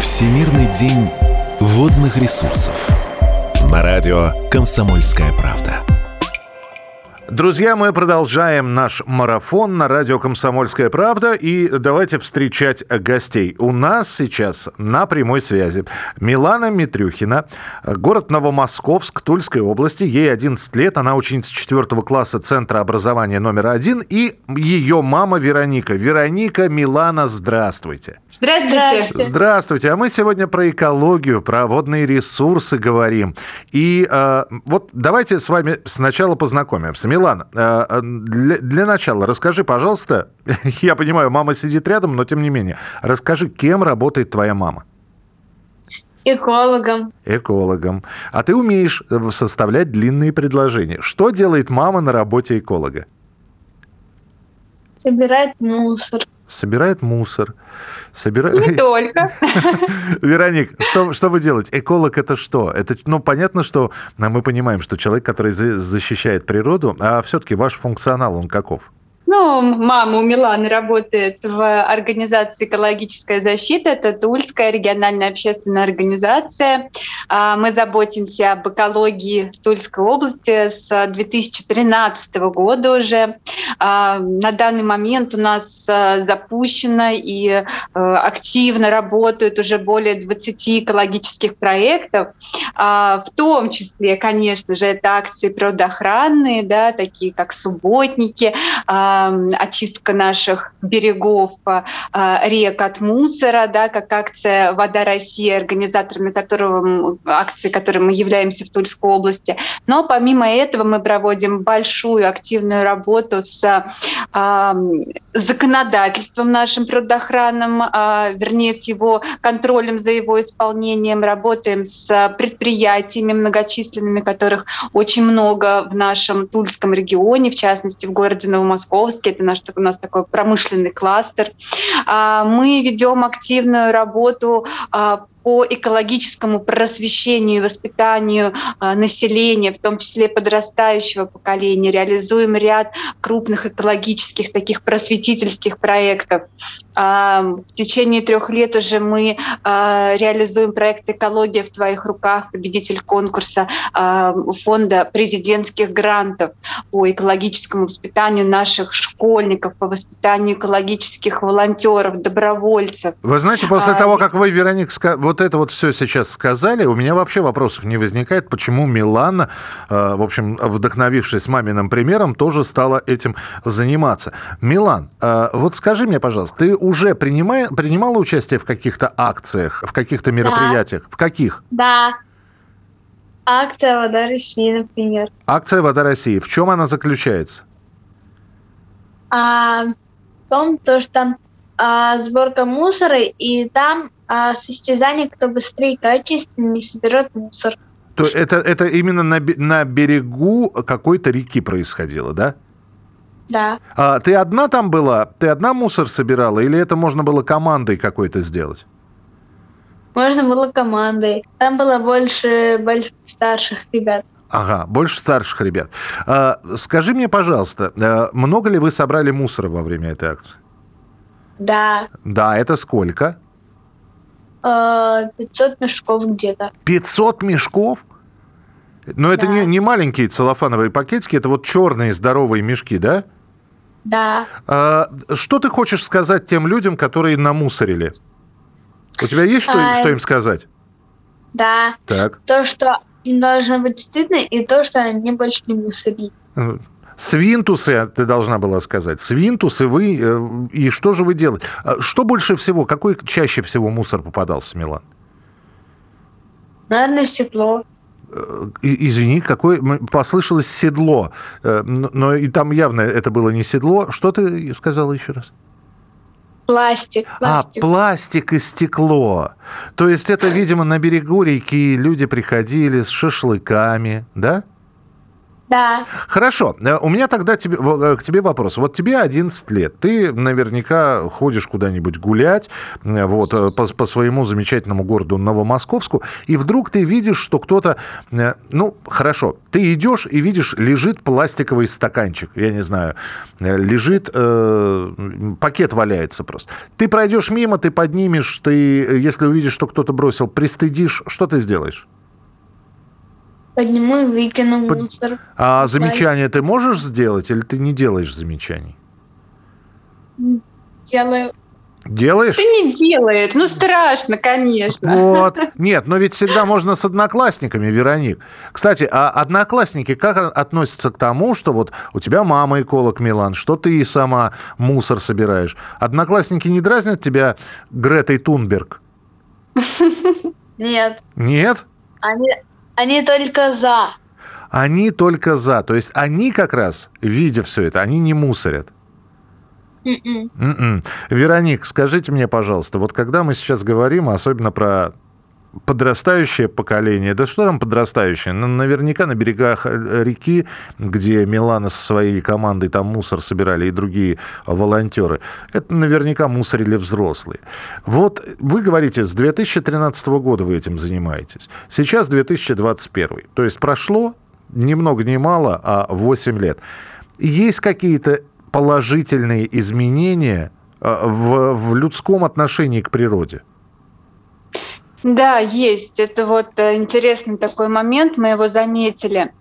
Всемирный день водных ресурсов. На радио «Комсомольская правда». Друзья, мы продолжаем наш марафон на радио «Комсомольская правда». И давайте встречать гостей. У нас сейчас на прямой связи Милана Митрюхина, город Новомосковск, Тульской области. Ей 11 лет, она ученица 4 класса Центра образования номер 1. И ее мама Вероника. Вероника, Милана, здравствуйте. Здравствуйте. Здравствуйте. А мы сегодня про экологию, про водные ресурсы говорим. И вот давайте с вами сначала познакомимся. Милана, для начала расскажи, пожалуйста, я понимаю, мама сидит рядом, но тем не менее, расскажи, кем работает твоя мама? Экологом. Экологом. А ты умеешь составлять длинные предложения. Что делает мама на работе эколога? Собирает мусор. Собирает мусор. Не только. Вероник, что вы делаете? Эколог — это что? Это, понятно, что мы понимаем, что человек, который защищает природу, а все-таки ваш функционал, он каков? Мама у Миланы работает в организации «Экологическая защита». Это Тульская региональная общественная организация. Мы заботимся об экологии в Тульской области с 2013 года уже. На данный момент у нас запущено и активно работают уже более 20 экологических проектов. В том числе, конечно же, это акции природоохранные, да, такие как субботники, очистка наших берегов, рек от мусора, да, как акция «Вода России», организаторами акции, которой мы являемся в Тульской области. Но помимо этого мы проводим большую активную работу с законодательством нашим природоохранным, вернее, с его контролем за его исполнением. Работаем с предприятиями многочисленными, которых очень много в нашем Тульском регионе, в частности, в городе Новомосковске. Это у нас такой промышленный кластер. Мы ведем активную работу по экологическому просвещению и воспитанию населения, в том числе подрастающего поколения. Реализуем ряд крупных экологических таких просветительских проектов. В течение 3 лет уже мы реализуем проект «Экология в твоих руках», победитель конкурса фонда президентских грантов по экологическому воспитанию наших школьников, по воспитанию экологических волонтеров, добровольцев. Вы знаете, после того, как вы, Вероника, вот это вот все сейчас сказали, у меня вообще вопросов не возникает, почему Милана, в общем, вдохновившись маминым примером, тоже стала этим заниматься. Милан, вот скажи мне, пожалуйста, ты уже принимала участие в каких-то акциях, в каких-то мероприятиях? Да. В каких? Да. Акция «Вода России», например. Акция «Вода России». В чем она заключается? В том, что сборка мусора, и там состязание, кто быстрее и качественнее соберет мусор. То это именно на берегу какой-то реки происходило, да? Да. Ты одна там была? Ты одна мусор собирала? Или это можно было командой какой-то сделать? Можно было командой. Там было больше старших ребят. Ага, больше старших ребят. Скажи мне, пожалуйста, много ли вы собрали мусора во время этой акции? Да. Да, это сколько? 500 мешков где-то. 500 мешков? Но это не маленькие целлофановые пакетики, это вот черные здоровые мешки, да? Да. Что ты хочешь сказать тем людям, которые намусорили? У тебя есть что им сказать? Да. Так. То, что им должно быть стыдно, и то, что они больше не мусорили. Свинтусы, ты должна была сказать. Свинтусы вы... И что же вы делаете? Что больше всего, какой чаще всего мусор попадался, Милан? Наверное, стекло. Извини, послышалось седло. Но и там явно это было не седло. Что ты сказала еще раз? Пластик. Пластик и стекло. То есть это, видимо, на берегу реки люди приходили с шашлыками, да? Да. Хорошо. У меня тогда к тебе вопрос. Вот тебе 11 лет. Ты наверняка ходишь куда-нибудь гулять вот, по своему замечательному городу Новомосковску, и вдруг ты видишь, что кто-то... Ну, хорошо. Ты идешь и видишь, лежит пластиковый стаканчик. Я не знаю. Лежит... пакет валяется просто. Ты пройдешь мимо, ты поднимешь, ты, если увидишь, что кто-то бросил, пристыдишь. Что ты сделаешь? Подниму и выкину мусор. А замечания ты можешь сделать или ты не делаешь замечаний? Делаю. Делаешь? Ты не делает. Ну, страшно, конечно. Вот. Нет, но ведь всегда можно с одноклассниками, Вероник. Кстати, а одноклассники как относятся к тому, что вот у тебя мама эколог, Милан, что ты сама мусор собираешь? Одноклассники не дразнят тебя Гретой Тунберг? Нет. Нет? Они только за. Они только за. То есть они как раз, видя все это, они не мусорят. Вероник, скажите мне, пожалуйста, вот когда мы сейчас говорим, особенно про подрастающее поколение, да что там подрастающее, наверняка на берегах реки, где Милана со своей командой там мусор собирали и другие волонтеры, это наверняка мусорили взрослые. Вот вы говорите, с 2013 года вы этим занимаетесь. Сейчас 2021. То есть прошло ни много ни мало, а 8 лет. Есть какие-то положительные изменения в людском отношении к природе? Да, есть. Это вот интересный такой момент, мы его заметили.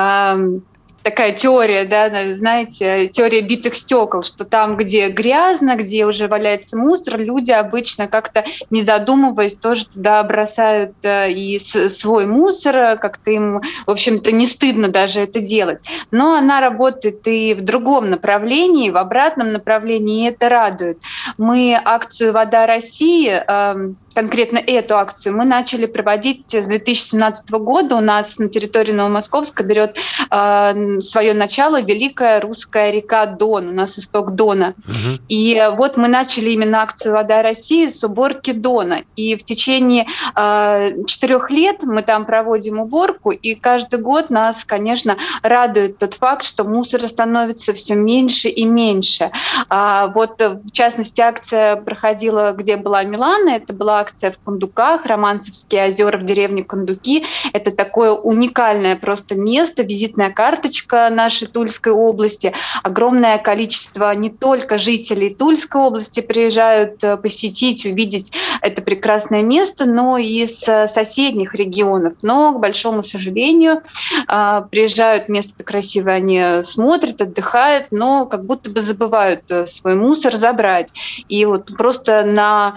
Такая теория, да, знаете, теория битых стекол, что там, где грязно, где уже валяется мусор, люди обычно как-то, не задумываясь, тоже туда бросают и свой мусор, как-то им, в общем-то, не стыдно даже это делать. Но она работает и в другом направлении, в обратном направлении, и это радует. Мы акцию «Вода России», конкретно эту акцию, мы начали проводить с 2017 года. У нас на территории Новомосковска берет свое начало великая русская река Дон. У нас исток Дона. И вот мы начали именно акцию «Вода России» с уборки Дона. И в течение 4 лет мы там проводим уборку, и каждый год нас, конечно, радует тот факт, что мусора становится все меньше и меньше. Вот, в частности, акция проходила, где была Милана, это была акция в Кундуках, Романцевские озера в деревне Кундуки. Это такое уникальное просто место, визитная карточка нашей Тульской области. Огромное количество не только жителей Тульской области приезжают посетить, увидеть это прекрасное место, но и из соседних регионов. Но, к большому сожалению, приезжают, место красивое, они смотрят, отдыхают, но как будто бы забывают свой мусор забрать. И вот просто на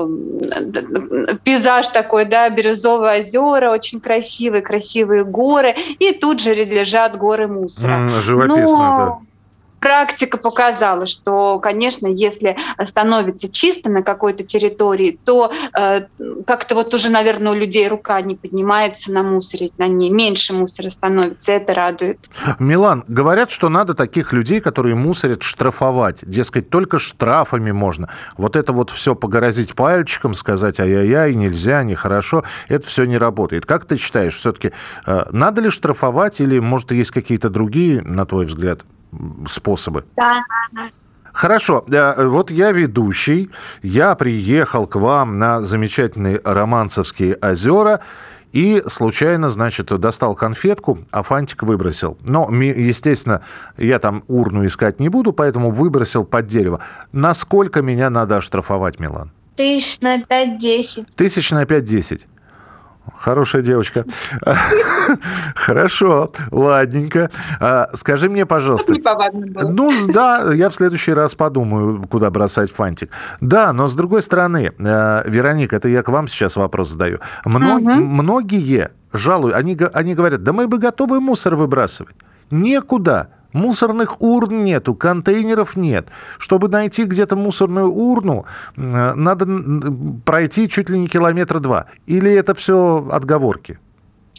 пейзаж такой, да, бирюзовые озера, очень красивые, красивые горы, и тут же лежат горы мусора. Живописно, да. Практика показала, что, конечно, если становится чисто на какой-то территории, то как-то вот уже, наверное, у людей рука не поднимается намусорить на ней, меньше мусора становится, это радует. Милан, говорят, что надо таких людей, которые мусорят, штрафовать. Дескать, только штрафами можно. Вот это вот все погрозить пальчиком, сказать ай-яй-яй, нельзя, нехорошо, это все не работает. Как ты считаешь, все-таки надо ли штрафовать или, может, есть какие-то другие, на твой взгляд, способы? Да. Хорошо. Вот я ведущий, я приехал к вам на замечательные Романцевские озера и случайно, значит, достал конфетку, а фантик выбросил. Но, естественно, я там урну искать не буду, поэтому выбросил под дерево. Насколько меня надо оштрафовать, Милан? 1000 на 5-10. 1000 на 5-10. Хорошая девочка. Хорошо, ладненько. Скажи мне, пожалуйста... Неповадно было. Ну, да, я в следующий раз подумаю, куда бросать фантик. Да, но с другой стороны, Вероника, это я к вам сейчас вопрос задаю. Многие жалуют, они говорят, да мы бы готовы мусор выбрасывать. Некуда. Мусорных урн нету, контейнеров нет. Чтобы найти где-то мусорную урну, надо пройти чуть ли не 2 километра. Или это все отговорки?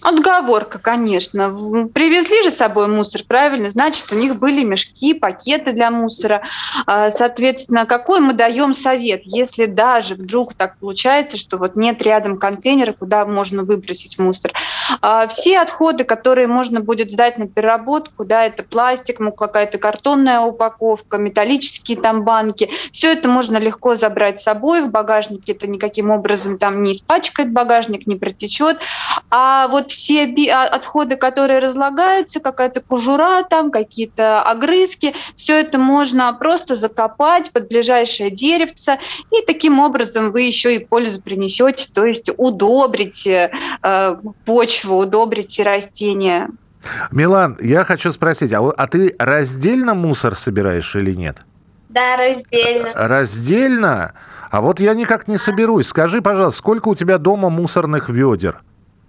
Отговорка, конечно. Привезли же с собой мусор, правильно? Значит, у них были мешки, пакеты для мусора. Соответственно, какой мы даем совет, если даже вдруг так получается, что вот нет рядом контейнера, куда можно выбросить мусор? Все отходы, которые можно будет сдать на переработку, да, это пластик, какая-то картонная упаковка, металлические там банки, все это можно легко забрать с собой в багажнике, это никаким образом там не испачкает багажник, не протечет. А вот все отходы, которые разлагаются, какая-то кожура там, какие-то огрызки, все это можно просто закопать под ближайшее деревце, и таким образом вы еще и пользу принесете, то есть удобрите почву, удобрите растения. Милан, я хочу спросить, а ты раздельно мусор собираешь или нет? Да, раздельно. Раздельно? А вот я никак не соберусь. Скажи, пожалуйста, сколько у тебя дома мусорных ведер?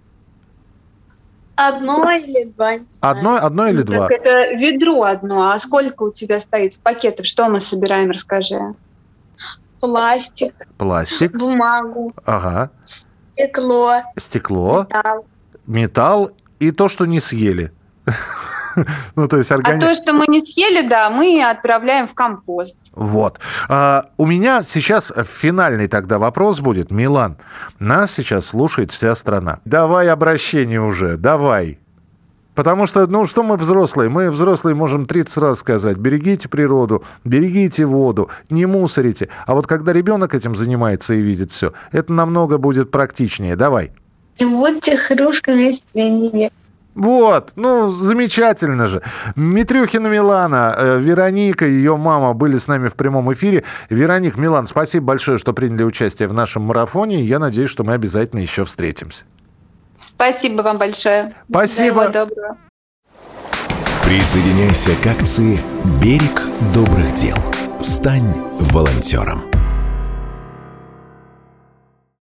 Одно или два. Одно или два? Так это ведро одно. А сколько у тебя стоит пакетов? Что мы собираем, расскажи. Пластик. Пластик. Бумагу. Ага. Стекло. Стекло. Металл. Металл и то, что не съели. Ну, то есть А то, что мы не съели, да, мы отправляем в компост. Вот. У меня сейчас финальный тогда вопрос будет. Милан, нас сейчас слушает вся страна. Давай обращение уже, давай. Потому что, что мы взрослые? Мы взрослые можем 30 раз сказать. Берегите природу, берегите воду, не мусорите. А вот когда ребенок этим занимается и видит все, это намного будет практичнее. Давай. Не будьте хрюшками и свиньями. Вот, замечательно же. Митрюхина Милана, Вероника, ее мама были с нами в прямом эфире. Вероник, Милан, спасибо большое, что приняли участие в нашем марафоне. Я надеюсь, что мы обязательно еще встретимся. Спасибо вам большое. Спасибо. Всего доброго. Присоединяйся к акции «Берег добрых дел». Стань волонтером.